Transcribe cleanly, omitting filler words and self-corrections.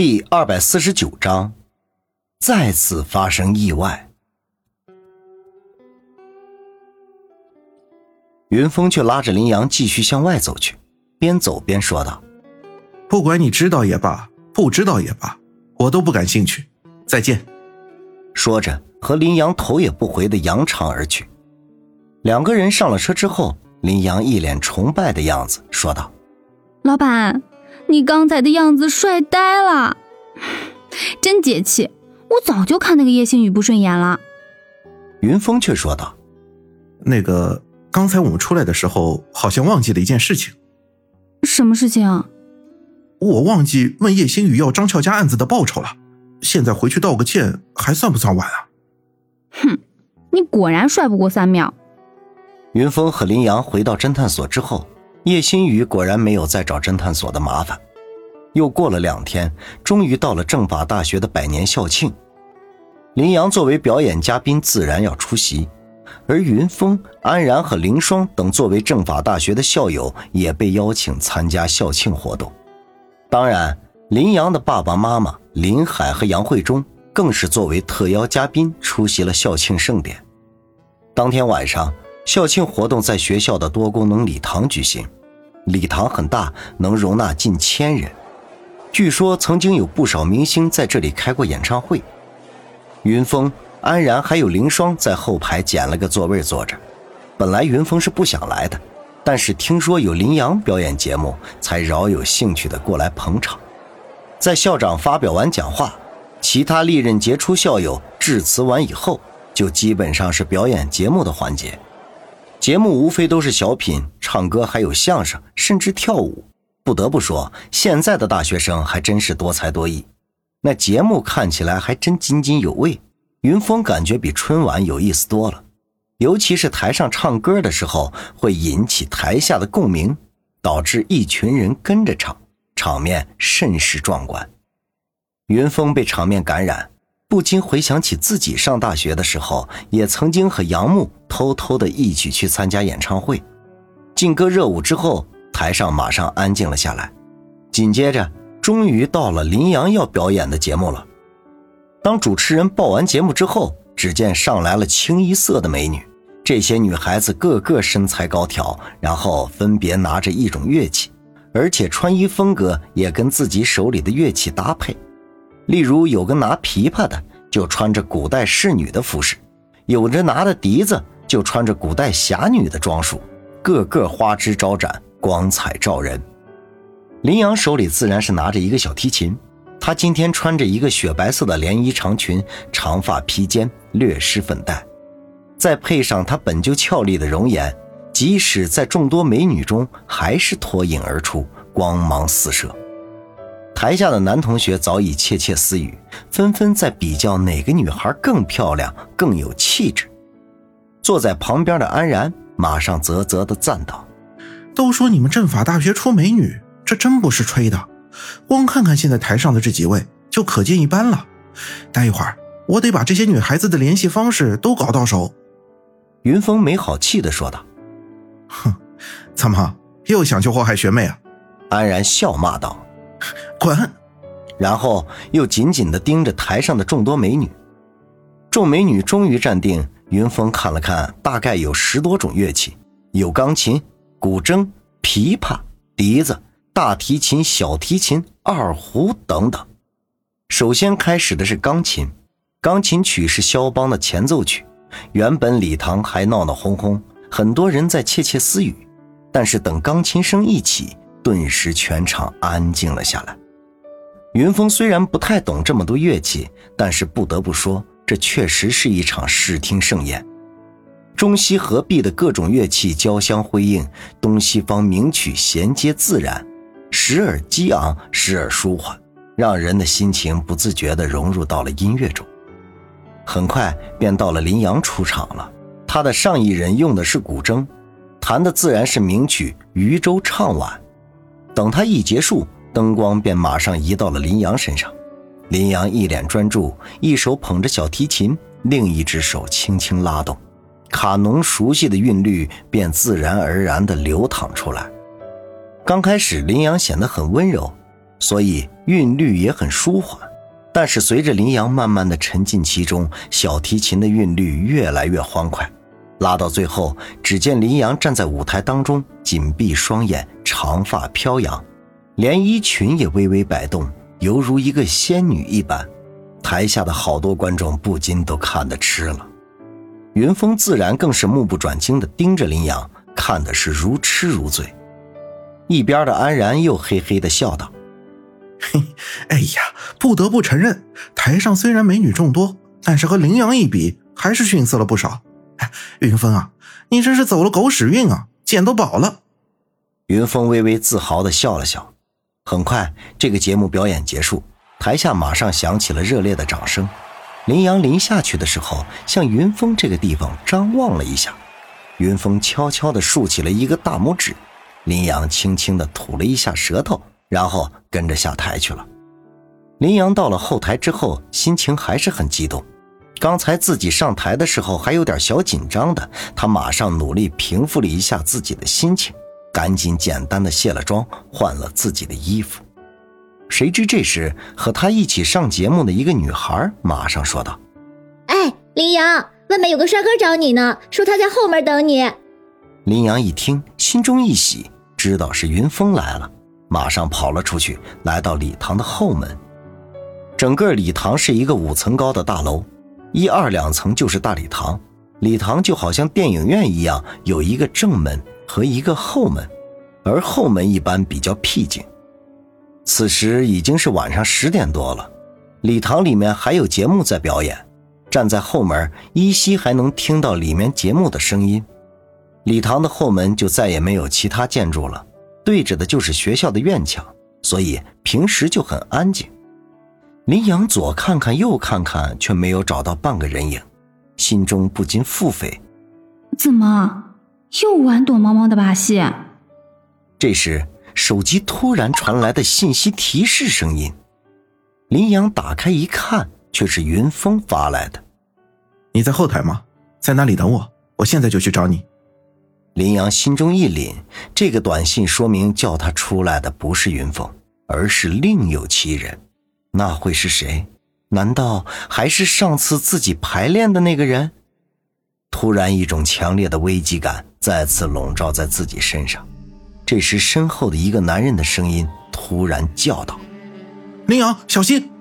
第249章，再次发生意外。云峰却拉着林阳继续向外走去，边走边说道： 不管你知道也罢，不知道也罢，我都不感兴趣，再见。 说着和林阳头也不回地扬长而去。两个人上了车之后，林阳一脸崇拜的样子说道： 老板，你刚才的样子帅呆了，真解气，我早就看那个叶星宇不顺眼了。 云峰却说道： 那个刚才我们出来的时候好像忘记了一件事情。 什么事情啊？ 我忘记问叶星宇要张俏家案子的报酬了，现在回去道个歉还算不算晚啊？ 哼，你果然帅不过3秒。 云峰和林阳回到侦探所之后，叶星宇果然没有再找侦探所的麻烦。又过了2天，终于到了政法大学的100年校庆。林阳作为表演嘉宾自然要出席，而云峰、安然和凌霜等作为政法大学的校友也被邀请参加校庆活动。当然，林阳的爸爸妈妈林海和杨慧忠更是作为特邀嘉宾出席了校庆盛典。当天晚上，校庆活动在学校的多功能礼堂举行，礼堂很大，能容纳近1000人。据说曾经有不少明星在这里开过演唱会。云峰、安然还有凌霜在后排捡了个座位坐着。本来云峰是不想来的，但是听说有林阳表演节目，才饶有兴趣的过来捧场。在校长发表完讲话，其他历任杰出校友致辞完以后，就基本上是表演节目的环节。节目无非都是小品、唱歌还有相声，甚至跳舞。不得不说，现在的大学生还真是多才多艺。那节目看起来还真津津有味，云峰感觉比春晚有意思多了。尤其是台上唱歌的时候，会引起台下的共鸣，导致一群人跟着唱，场面甚是壮观。云峰被场面感染，不禁回想起自己上大学的时候，也曾经和杨牧偷偷的一起去参加演唱会。劲歌热舞之后，台上马上安静了下来，紧接着终于到了林阳要表演的节目了。当主持人报完节目之后，只见上来了清一色的美女，这些女孩子个个身材高挑，然后分别拿着一种乐器，而且穿衣风格也跟自己手里的乐器搭配。例如有个拿琵琶的就穿着古代仕女的服饰，有着拿的笛子就穿着古代侠女的装束，个个花枝招展，光彩照人。林阳手里自然是拿着一个小提琴，他今天穿着一个雪白色的连衣长裙，长发披肩，略施粉黛，再配上他本就俏丽的容颜，即使在众多美女中还是脱颖而出，光芒四射。台下的男同学早已窃窃私语，纷纷在比较哪个女孩更漂亮，更有气质。坐在旁边的安然马上啧啧地赞道： 都说你们政法大学出美女，这真不是吹的，光看看现在台上的这几位就可见一斑了。待一会儿我得把这些女孩子的联系方式都搞到手。 云峰没好气地说道。 哼，怎么又想去祸害学妹啊？ 安然笑骂道。 滚！ 然后又紧紧地盯着台上的众多美女。众美女终于站定，云峰看了看，大概有10多种乐器，有钢琴、古筝、琵琶、笛子、大提琴、小提琴、二胡等等。首先开始的是钢琴，钢琴曲是肖邦的前奏曲，原本礼堂还闹闹哄哄，很多人在窃窃私语，但是等钢琴声一起，顿时全场安静了下来。云峰虽然不太懂这么多乐器，但是不得不说，这确实是一场视听盛宴。中西合璧的各种乐器交相辉映，东西方名曲衔接自然，时而激昂，时而舒缓，让人的心情不自觉地融入到了音乐中。很快便到了林阳出场了，他的上一人用的是古筝，弹的自然是名曲《渔舟唱晚》。等他一结束，灯光便马上移到了林阳身上。林阳一脸专注，一手捧着小提琴，另一只手轻轻拉动，卡农熟悉的韵律便自然而然地流淌出来。刚开始林阳显得很温柔，所以韵律也很舒缓。但是随着林阳慢慢的沉浸其中，小提琴的韵律越来越欢快，拉到最后，只见林阳站在舞台当中，紧闭双眼，长发飘扬，连衣裙也微微摆动，犹如一个仙女一般。台下的好多观众不禁都看得痴了。云峰自然更是目不转睛地盯着林阳，看的是如痴如醉。一边的安然又嘿嘿地笑道： 嘿，哎呀，不得不承认，台上虽然美女众多，但是和羚羊一比，还是逊色了不少。哎，云峰啊，你真是走了狗屎运啊，捡到宝了。 云峰微微自豪地笑了笑。很快，这个节目表演结束，台下马上响起了热烈的掌声。羚羊临下去的时候，向云峰这个地方张望了一下，云峰悄悄地竖起了一个大拇指，羚羊轻轻地吐了一下舌头，然后跟着下台去了。羚羊到了后台之后，心情还是很激动。刚才自己上台的时候还有点小紧张的，他马上努力平复了一下自己的心情，赶紧简单的卸了妆，换了自己的衣服。谁知这时和他一起上节目的一个女孩马上说道： 哎，羚羊，外面有个帅哥找你呢，说他在后门等你。 羚羊一听，心中一喜，知道是云峰来了，马上跑了出去，来到礼堂的后门。整个礼堂是一个5层高的大楼，1、2、2层就是大礼堂。礼堂就好像电影院一样，有一个正门和一个后门，而后门一般比较僻静。此时已经是晚上10点多了，礼堂里面还有节目在表演，站在后门依稀还能听到里面节目的声音。礼堂的后门就再也没有其他建筑了，对着的就是学校的院墙，所以平时就很安静。林阳左看看右看看，却没有找到半个人影，心中不禁腹诽： 怎么又玩躲猫猫的把戏？ 这时手机突然传来的信息提示声音，林阳打开一看，却是云峰发来的。 你在后台吗？在那里等我，我现在就去找你。 林阳心中一凛，这个短信说明叫他出来的不是云峰，而是另有其人。那会是谁？难道还是上次自己排练的那个人？突然一种强烈的危机感再次笼罩在自己身上。这时身后的一个男人的声音突然叫道： 羚羊，小心！